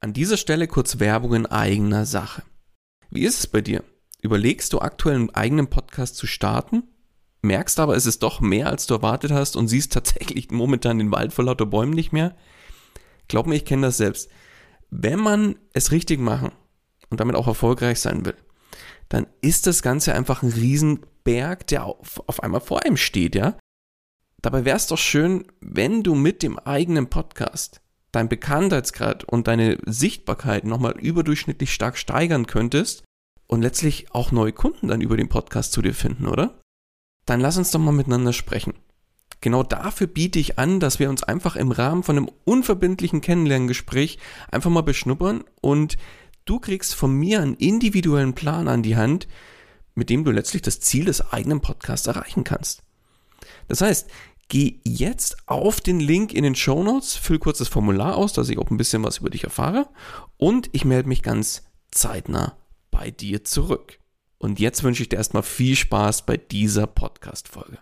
An dieser Stelle kurz Werbung in eigener Sache. Wie ist es bei dir? Überlegst du aktuell einen eigenen Podcast zu starten? Merkst aber, es ist doch mehr, als du erwartet hast und siehst tatsächlich momentan den Wald vor lauter Bäumen nicht mehr? Glaub mir, ich kenne das selbst. Wenn man es richtig machen und damit auch erfolgreich sein will, dann ist das Ganze einfach ein Riesenberg, der auf einmal vor einem steht, ja? Dabei wäre es doch schön, wenn du mit dem eigenen Podcast dein Bekanntheitsgrad und deine Sichtbarkeit nochmal überdurchschnittlich stark steigern könntest und letztlich auch neue Kunden dann über den Podcast zu dir finden, oder? Dann lass uns doch mal miteinander sprechen. Genau dafür biete ich an, dass wir uns einfach im Rahmen von einem unverbindlichen Kennenlerngespräch einfach mal beschnuppern und du kriegst von mir einen individuellen Plan an die Hand, mit dem du letztlich das Ziel des eigenen Podcasts erreichen kannst. Das heißt, geh jetzt auf den Link in den Shownotes, füll kurz das Formular aus, dass ich auch ein bisschen was über dich erfahre und ich melde mich ganz zeitnah bei dir zurück. Und jetzt wünsche ich dir erstmal viel Spaß bei dieser Podcast-Folge.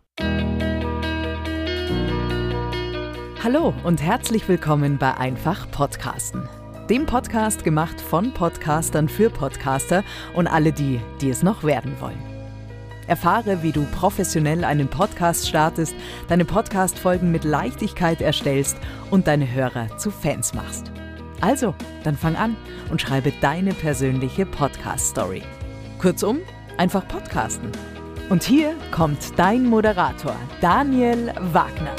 Hallo und herzlich willkommen bei Einfach Podcasten. Dem Podcast gemacht von Podcastern für Podcaster und alle die, die es noch werden wollen. Erfahre, wie du professionell einen Podcast startest, deine Podcast-Folgen mit Leichtigkeit erstellst und deine Hörer zu Fans machst. Also, dann fang an und schreibe deine persönliche Podcast-Story. Kurzum, einfach podcasten. Und hier kommt dein Moderator, Daniel Wagner.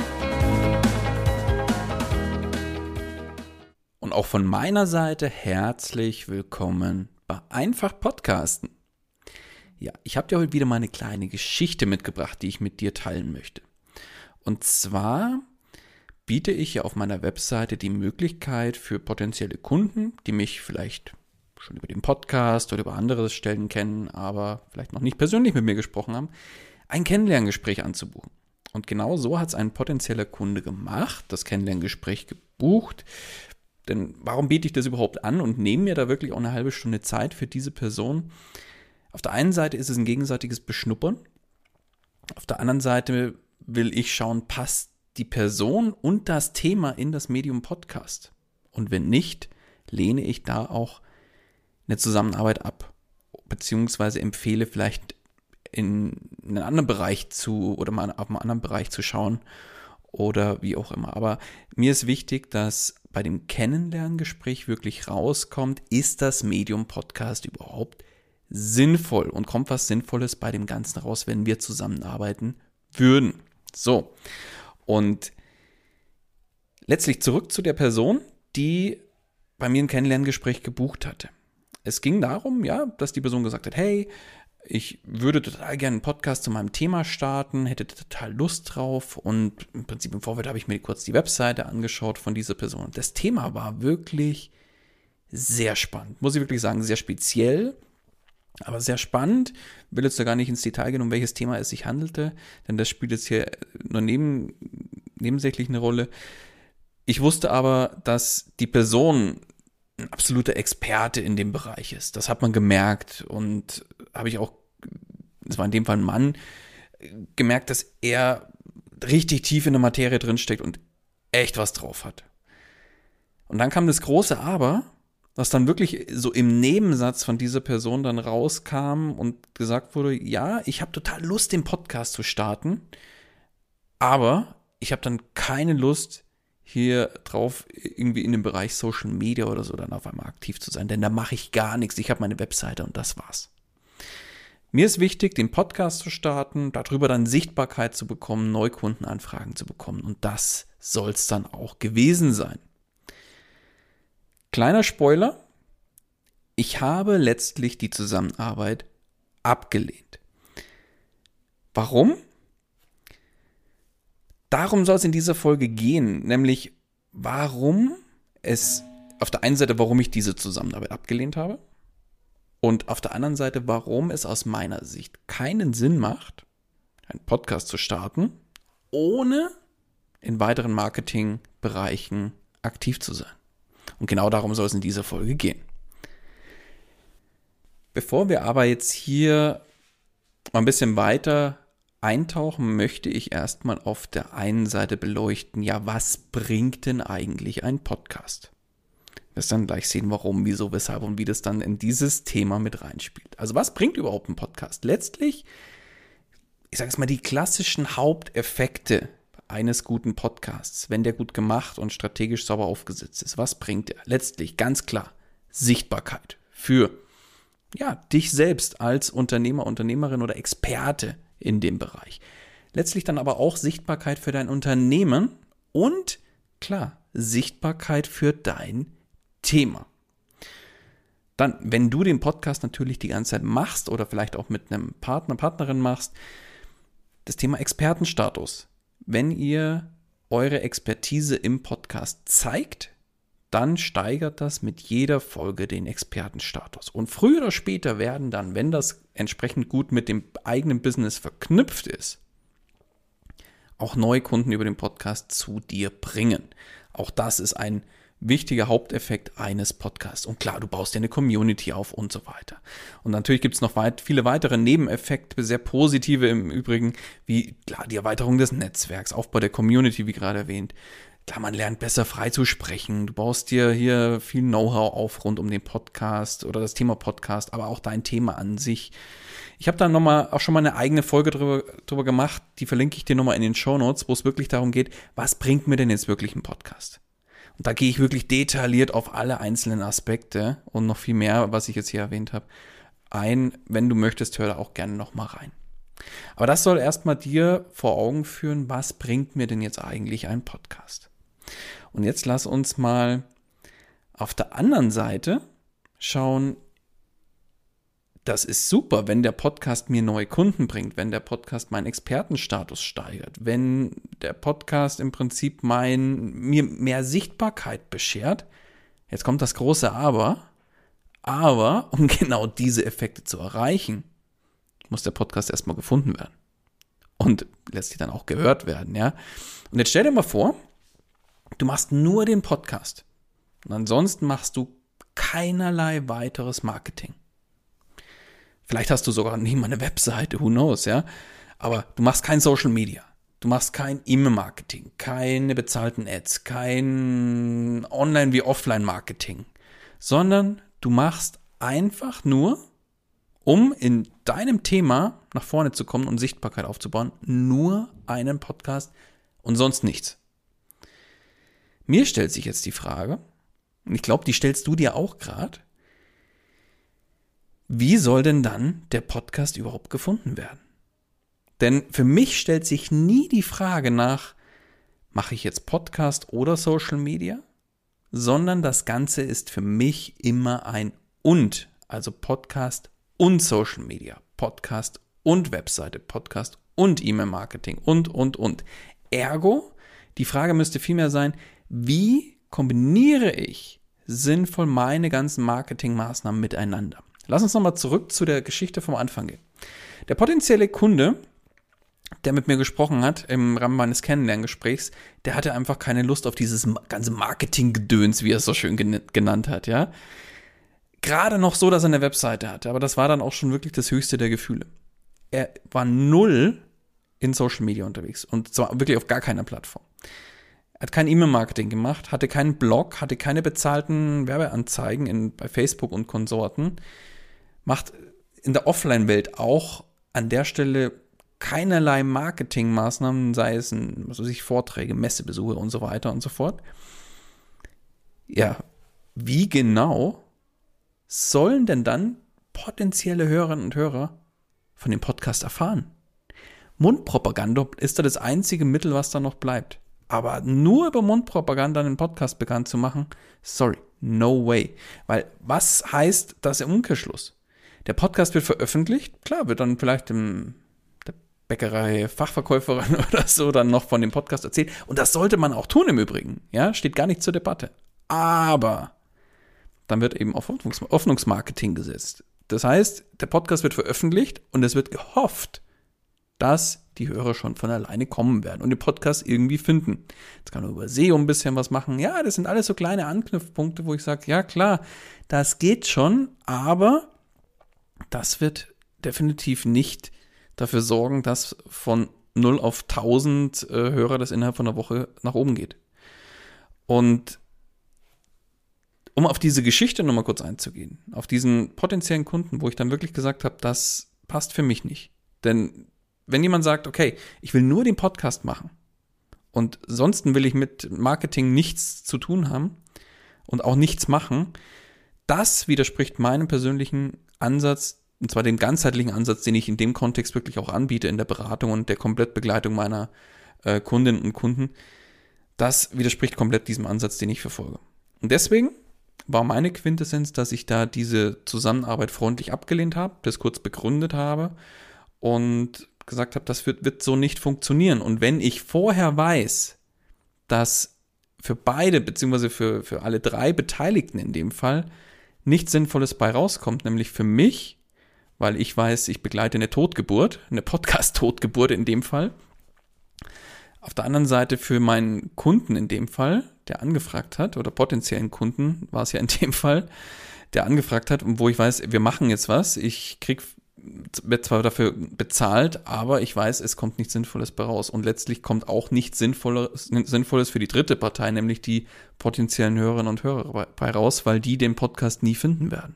Und auch von meiner Seite herzlich willkommen bei Einfach Podcasten. Ja, ich habe dir heute wieder mal eine kleine Geschichte mitgebracht, die ich mit dir teilen möchte. Und zwar biete ich ja auf meiner Webseite die Möglichkeit für potenzielle Kunden, die mich vielleicht schon über den Podcast oder über andere Stellen kennen, aber vielleicht noch nicht persönlich mit mir gesprochen haben, ein Kennenlerngespräch anzubuchen. Und genau so hat es ein potenzieller Kunde gemacht, das Kennenlerngespräch gebucht. Denn warum biete ich das überhaupt an und nehme mir da wirklich auch eine halbe Stunde Zeit für diese Person? Auf der einen Seite ist es ein gegenseitiges Beschnuppern. Auf der anderen Seite will ich schauen, passt die Person und das Thema in das Medium Podcast? Und wenn nicht, lehne ich da auch eine Zusammenarbeit ab. Beziehungsweise empfehle vielleicht in einen anderen Bereich oder mal auf einen anderen Bereich zu schauen oder wie auch immer. Aber mir ist wichtig, dass bei dem Kennenlerngespräch wirklich rauskommt, ist das Medium Podcast überhaupt sinnvoll und kommt was Sinnvolles bei dem Ganzen raus, wenn wir zusammenarbeiten würden. So, und letztlich zurück zu der Person, die bei mir ein Kennenlerngespräch gebucht hatte. Es ging darum, ja, dass die Person gesagt hat, hey, ich würde total gerne einen Podcast zu meinem Thema starten, hätte total Lust drauf und im Prinzip im Vorfeld habe ich mir kurz die Webseite angeschaut von dieser Person. Und das Thema war wirklich sehr spannend, muss ich wirklich sagen, sehr speziell. Aber sehr spannend, will jetzt da gar nicht ins Detail gehen, um welches Thema es sich handelte, denn das spielt jetzt hier nur nebensächlich eine Rolle. Ich wusste aber, dass die Person ein absoluter Experte in dem Bereich ist. Das hat man gemerkt und habe ich auch, es war in dem Fall ein Mann, gemerkt, dass er richtig tief in der Materie drinsteckt und echt was drauf hat. Und dann kam das große Aber, was dann wirklich so im Nebensatz von dieser Person dann rauskam und gesagt wurde, ja, ich habe total Lust, den Podcast zu starten, aber ich habe dann keine Lust, hier drauf irgendwie in dem Bereich Social Media oder so dann auf einmal aktiv zu sein, denn da mache ich gar nichts. Ich habe meine Webseite und das war's. Mir ist wichtig, den Podcast zu starten, darüber dann Sichtbarkeit zu bekommen, Neukundenanfragen zu bekommen und das soll es dann auch gewesen sein. Kleiner Spoiler, ich habe letztlich die Zusammenarbeit abgelehnt. Warum? Darum soll es in dieser Folge gehen, nämlich warum ich diese Zusammenarbeit abgelehnt habe und auf der anderen Seite, warum es aus meiner Sicht keinen Sinn macht, einen Podcast zu starten, ohne in weiteren Marketingbereichen aktiv zu sein. Und genau darum soll es in dieser Folge gehen. Bevor wir aber jetzt hier mal ein bisschen weiter eintauchen, möchte ich erstmal auf der einen Seite beleuchten, ja, was bringt denn eigentlich ein Podcast? Wirst dann gleich sehen, warum, wieso, weshalb und wie das dann in dieses Thema mit reinspielt. Also was bringt überhaupt ein Podcast? Letztlich, ich sage es mal, die klassischen Haupteffekte eines guten Podcasts, wenn der gut gemacht und strategisch sauber aufgesetzt ist. Was bringt er? Letztlich ganz klar Sichtbarkeit für dich selbst als Unternehmer, Unternehmerin oder Experte in dem Bereich. Letztlich dann aber auch Sichtbarkeit für dein Unternehmen und klar, Sichtbarkeit für dein Thema. Dann, wenn du den Podcast natürlich die ganze Zeit machst oder vielleicht auch mit einem Partner, Partnerin machst, das Thema Expertenstatus. Wenn ihr eure Expertise im Podcast zeigt, dann steigert das mit jeder Folge den Expertenstatus. Und früher oder später werden dann, wenn das entsprechend gut mit dem eigenen Business verknüpft ist, auch neue Kunden über den Podcast zu dir bringen. Auch das ist ein wichtiger Haupteffekt eines Podcasts. Und klar, du baust dir eine Community auf und so weiter. Und natürlich gibt es noch viele weitere Nebeneffekte, sehr positive im Übrigen, wie klar die Erweiterung des Netzwerks, Aufbau der Community, wie gerade erwähnt. Klar, man lernt besser frei zu sprechen. Du baust dir hier viel Know-how auf rund um den Podcast oder das Thema Podcast, aber auch dein Thema an sich. Ich habe da auch schon mal eine eigene Folge drüber gemacht, die verlinke ich dir nochmal in den Shownotes, wo es wirklich darum geht, was bringt mir denn jetzt wirklich ein Podcast? Und da gehe ich wirklich detailliert auf alle einzelnen Aspekte und noch viel mehr, was ich jetzt hier erwähnt habe, ein. Wenn du möchtest, hör da auch gerne nochmal rein. Aber das soll erstmal dir vor Augen führen, was bringt mir denn jetzt eigentlich ein Podcast? Und jetzt lass uns mal auf der anderen Seite schauen. Das ist super, wenn der Podcast mir neue Kunden bringt, wenn der Podcast meinen Expertenstatus steigert, wenn der Podcast im Prinzip mir mehr Sichtbarkeit beschert. Jetzt kommt das große Aber um genau diese Effekte zu erreichen, muss der Podcast erstmal gefunden werden und letztlich dann auch gehört werden, ja. Und jetzt stell dir mal vor, du machst nur den Podcast und ansonsten machst du keinerlei weiteres Marketing. Vielleicht hast du sogar nicht mal eine Webseite, who knows, ja. Aber du machst kein Social Media, du machst kein E-Mail-Marketing, keine bezahlten Ads, kein Online- wie Offline-Marketing, sondern du machst einfach nur, um in deinem Thema nach vorne zu kommen und Sichtbarkeit aufzubauen, nur einen Podcast und sonst nichts. Mir stellt sich jetzt die Frage, und ich glaube, die stellst du dir auch gerade, wie soll denn dann der Podcast überhaupt gefunden werden? Denn für mich stellt sich nie die Frage nach, mache ich jetzt Podcast oder Social Media? Sondern das Ganze ist für mich immer ein Und, also Podcast und Social Media, Podcast und Webseite, Podcast und E-Mail-Marketing und. Ergo, die Frage müsste vielmehr sein, wie kombiniere ich sinnvoll meine ganzen Marketingmaßnahmen miteinander? Lass uns nochmal zurück zu der Geschichte vom Anfang gehen. Der potenzielle Kunde, der mit mir gesprochen hat im Rahmen meines Kennenlerngesprächs, der hatte einfach keine Lust auf dieses ganze Marketinggedöns, wie er es so schön genannt hat, ja. Gerade noch so, dass er eine Webseite hatte, aber das war dann auch schon wirklich das höchste der Gefühle. Er war null in Social Media unterwegs und zwar wirklich auf gar keiner Plattform. Er hat kein E-Mail-Marketing gemacht, hatte keinen Blog, hatte keine bezahlten Werbeanzeigen bei Facebook und Konsorten, macht in der Offline-Welt auch an der Stelle keinerlei Marketingmaßnahmen, sei es Vorträge, Messebesuche und so weiter und so fort. Ja, wie genau sollen denn dann potenzielle Hörerinnen und Hörer von dem Podcast erfahren? Mundpropaganda ist da das einzige Mittel, was da noch bleibt. Aber nur über Mundpropaganda einen Podcast bekannt zu machen, sorry, no way. Weil was heißt das im Umkehrschluss? Der Podcast wird veröffentlicht, klar, wird dann vielleicht der Bäckerei Fachverkäuferin oder so dann noch von dem Podcast erzählt. Und das sollte man auch tun im Übrigen, ja, steht gar nicht zur Debatte. Aber dann wird eben auf Hoffnungsmarketing gesetzt. Das heißt, der Podcast wird veröffentlicht und es wird gehofft, dass die Hörer schon von alleine kommen werden und den Podcast irgendwie finden. Jetzt kann man über SEO ein bisschen was machen. Ja, das sind alles so kleine Anknüpfpunkte, wo ich sage, ja klar, das geht schon, aber das wird definitiv nicht dafür sorgen, dass von 0 auf 1000 Hörer das innerhalb von einer Woche nach oben geht. Und um auf diese Geschichte nochmal kurz einzugehen, auf diesen potenziellen Kunden, wo ich dann wirklich gesagt habe, das passt für mich nicht. Denn wenn jemand sagt, okay, ich will nur den Podcast machen und sonst will ich mit Marketing nichts zu tun haben und auch nichts machen, das widerspricht meinem persönlichen Ansatz, und zwar dem ganzheitlichen Ansatz, den ich in dem Kontext wirklich auch anbiete, in der Beratung und der Komplettbegleitung meiner Kundinnen und Kunden. Das widerspricht komplett diesem Ansatz, den ich verfolge. Und deswegen war meine Quintessenz, dass ich da diese Zusammenarbeit freundlich abgelehnt habe, das kurz begründet habe und gesagt habe, das wird so nicht funktionieren. Und wenn ich vorher weiß, dass für beide, beziehungsweise für alle drei Beteiligten in dem Fall, nichts Sinnvolles bei rauskommt, nämlich für mich, weil ich weiß, ich begleite eine Totgeburt, eine Podcast-Totgeburt in dem Fall. Auf der anderen Seite für meinen Kunden in dem Fall, der angefragt hat, oder potenziellen Kunden war es ja in dem Fall, der angefragt hat und wo ich weiß, wir machen jetzt was, ich werde zwar dafür bezahlt, aber ich weiß, es kommt nichts Sinnvolles bei raus. Und letztlich kommt auch nichts Sinnvolles für die dritte Partei, nämlich die potenziellen Hörerinnen und Hörer bei raus, weil die den Podcast nie finden werden.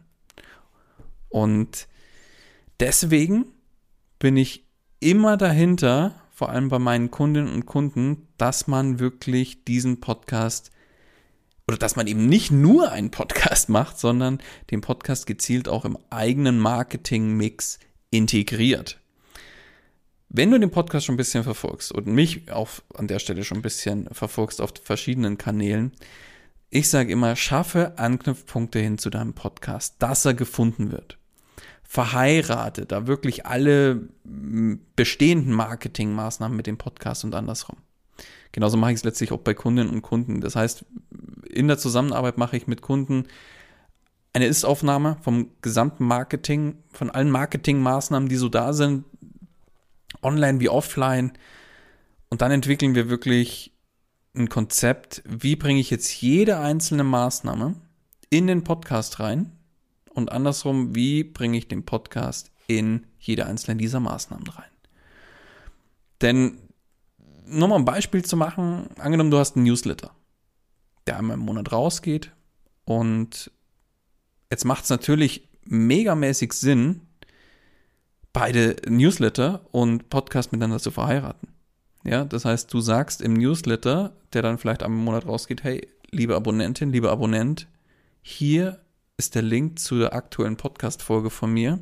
Und deswegen bin ich immer dahinter, vor allem bei meinen Kundinnen und Kunden, dass man wirklich diesen Podcast oder dass man eben nicht nur einen Podcast macht, sondern den Podcast gezielt auch im eigenen Marketing-Mix integriert. Wenn du den Podcast schon ein bisschen verfolgst und mich auch an der Stelle schon ein bisschen verfolgst auf verschiedenen Kanälen, ich sage immer, schaffe Anknüpfpunkte hin zu deinem Podcast, dass er gefunden wird. Verheirate da wirklich alle bestehenden Marketingmaßnahmen mit dem Podcast und andersrum. Genauso mache ich es letztlich auch bei Kundinnen und Kunden. Das heißt, in der Zusammenarbeit mache ich mit Kunden eine Ist-Aufnahme vom gesamten Marketing, von allen Marketingmaßnahmen, die so da sind, online wie offline. Und dann entwickeln wir wirklich ein Konzept, wie bringe ich jetzt jede einzelne Maßnahme in den Podcast rein und andersrum, wie bringe ich den Podcast in jede einzelne dieser Maßnahmen rein. Denn nur mal ein Beispiel zu machen, angenommen, du hast einen Newsletter, der einmal im Monat rausgeht und jetzt macht es natürlich megamäßig Sinn, beide Newsletter und Podcast miteinander zu verheiraten. Ja, das heißt, du sagst im Newsletter, der dann vielleicht einmal im Monat rausgeht, hey, liebe Abonnentin, lieber Abonnent, hier ist der Link zu der aktuellen Podcast-Folge von mir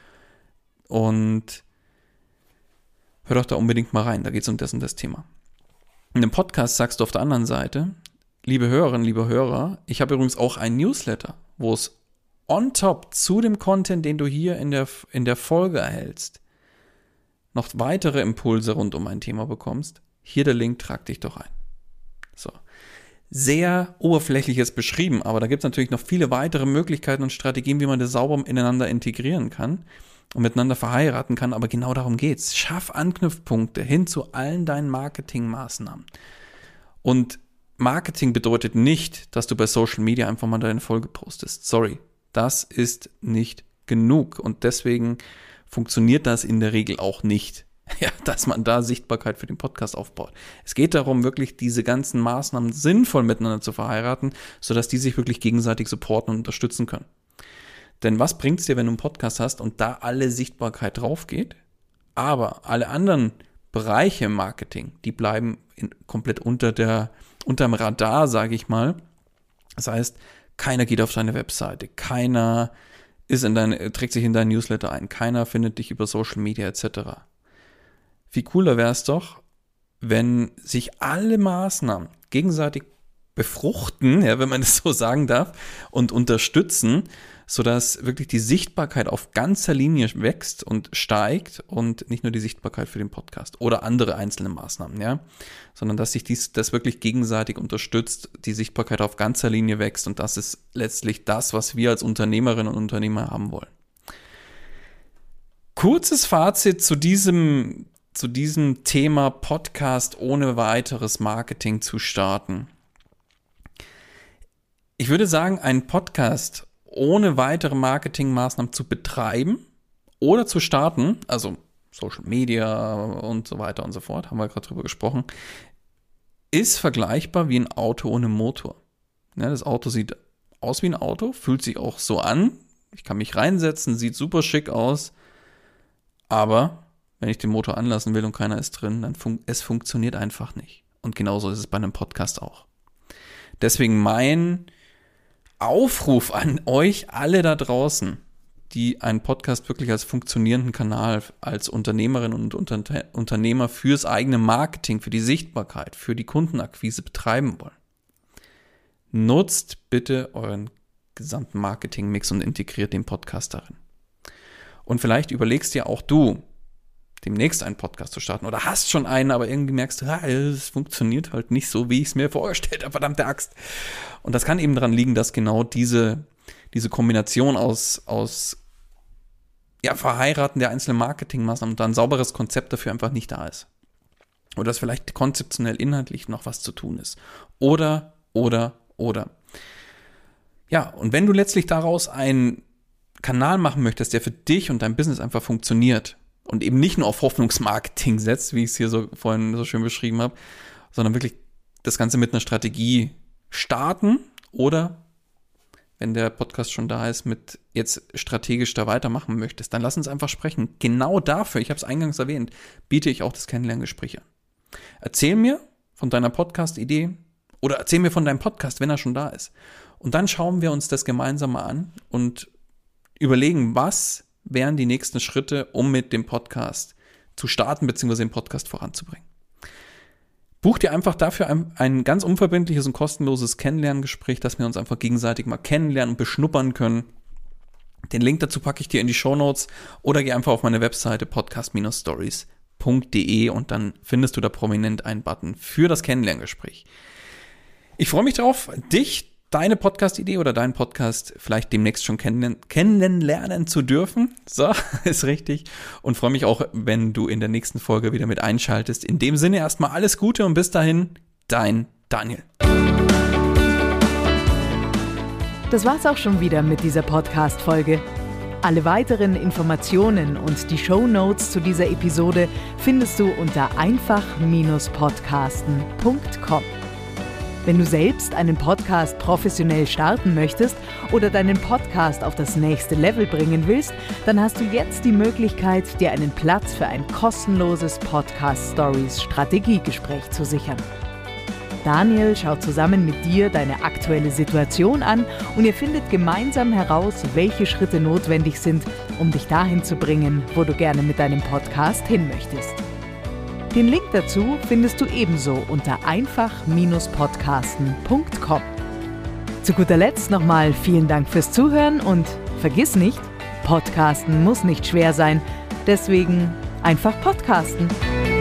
und hör doch da unbedingt mal rein, da geht es um das und das Thema. In dem Podcast sagst du auf der anderen Seite, liebe Hörerinnen, liebe Hörer, ich habe übrigens auch einen Newsletter, wo es on top zu dem Content, den du hier in der Folge erhältst, noch weitere Impulse rund um ein Thema bekommst. Hier der Link, trag dich doch ein. So. Sehr oberflächliches beschrieben, aber da gibt es natürlich noch viele weitere Möglichkeiten und Strategien, wie man das sauber ineinander integrieren kann und miteinander verheiraten kann, aber genau darum geht's. Schaff Anknüpfpunkte hin zu allen deinen Marketingmaßnahmen. Und Marketing bedeutet nicht, dass du bei Social Media einfach mal deine Folge postest. Sorry, das ist nicht genug und deswegen funktioniert das in der Regel auch nicht, ja, dass man da Sichtbarkeit für den Podcast aufbaut. Es geht darum, wirklich diese ganzen Maßnahmen sinnvoll miteinander zu verheiraten, sodass die sich wirklich gegenseitig supporten und unterstützen können. Denn was bringt es dir, wenn du einen Podcast hast und da alle Sichtbarkeit drauf geht, aber alle anderen Bereiche im Marketing, die bleiben komplett unterm Radar, sage ich mal. Das heißt, keiner geht auf deine Webseite, keiner trägt sich in deinen Newsletter ein, keiner findet dich über Social Media etc. Wie cooler wäre es doch, wenn sich alle Maßnahmen gegenseitig befruchten, ja, wenn man das so sagen darf, und unterstützen, sodass wirklich die Sichtbarkeit auf ganzer Linie wächst und steigt und nicht nur die Sichtbarkeit für den Podcast oder andere einzelne Maßnahmen, ja, sondern dass sich das wirklich gegenseitig unterstützt, die Sichtbarkeit auf ganzer Linie wächst und das ist letztlich das, was wir als Unternehmerinnen und Unternehmer haben wollen. Kurzes Fazit zu diesem Thema Podcast ohne weiteres Marketing zu starten. Ich würde sagen, einen Podcast ohne weitere Marketingmaßnahmen zu betreiben oder zu starten, also Social Media und so weiter und so fort, haben wir gerade drüber gesprochen, ist vergleichbar wie ein Auto ohne Motor. Ja, das Auto sieht aus wie ein Auto, fühlt sich auch so an. Ich kann mich reinsetzen, sieht super schick aus. Aber wenn ich den Motor anlassen will und keiner ist drin, dann es funktioniert einfach nicht. Und genauso ist es bei einem Podcast auch. Deswegen mein Aufruf an euch alle da draußen, die einen Podcast wirklich als funktionierenden Kanal, als Unternehmerin und Unternehmer fürs eigene Marketing, für die Sichtbarkeit, für die Kundenakquise betreiben wollen. Nutzt bitte euren gesamten Marketingmix und integriert den Podcast darin. Und vielleicht überlegst dir auch du, demnächst einen Podcast zu starten oder hast schon einen, aber irgendwie merkst du, es funktioniert halt nicht so, wie ich es mir vorgestellt habe, verdammte Axt. Und das kann eben daran liegen, dass genau diese Kombination aus Verheiraten der einzelnen Marketingmaßnahmen und dann ein sauberes Konzept dafür einfach nicht da ist. Oder dass vielleicht konzeptionell inhaltlich noch was zu tun ist. Oder. Ja, und wenn du letztlich daraus einen Kanal machen möchtest, der für dich und dein Business einfach funktioniert und eben nicht nur auf Hoffnungsmarketing setzt, wie ich es hier vorhin so schön beschrieben habe, sondern wirklich das Ganze mit einer Strategie starten oder, wenn der Podcast schon da ist, mit jetzt strategisch da weitermachen möchtest, dann lass uns einfach sprechen. Genau dafür, ich habe es eingangs erwähnt, biete ich auch das Kennenlerngespräch an. Erzähl mir von deiner Podcast-Idee oder erzähl mir von deinem Podcast, wenn er schon da ist. Und dann schauen wir uns das gemeinsam mal an und überlegen, was wären die nächsten Schritte, um mit dem Podcast zu starten bzw. den Podcast voranzubringen. Buch dir einfach dafür ein ganz unverbindliches und kostenloses Kennenlerngespräch, dass wir uns einfach gegenseitig mal kennenlernen und beschnuppern können. Den Link dazu packe ich dir in die Shownotes oder geh einfach auf meine Webseite podcast-stories.de und dann findest du da prominent einen Button für das Kennenlerngespräch. Ich freue mich darauf, deine Podcast-Idee oder deinen Podcast vielleicht demnächst schon kennenlernen zu dürfen. So, ist richtig. Und freue mich auch, wenn du in der nächsten Folge wieder mit einschaltest. In dem Sinne erstmal alles Gute und bis dahin, dein Daniel. Das war's auch schon wieder mit dieser Podcast-Folge. Alle weiteren Informationen und die Shownotes zu dieser Episode findest du unter einfach-podcasten.com. Wenn du selbst einen Podcast professionell starten möchtest oder deinen Podcast auf das nächste Level bringen willst, dann hast du jetzt die Möglichkeit, dir einen Platz für ein kostenloses Podcast-Stories-Strategiegespräch zu sichern. Daniel schaut zusammen mit dir deine aktuelle Situation an und ihr findet gemeinsam heraus, welche Schritte notwendig sind, um dich dahin zu bringen, wo du gerne mit deinem Podcast hin möchtest. Den Link dazu findest du ebenso unter einfach-podcasten.com. Zu guter Letzt nochmal vielen Dank fürs Zuhören und vergiss nicht, Podcasten muss nicht schwer sein, deswegen einfach podcasten.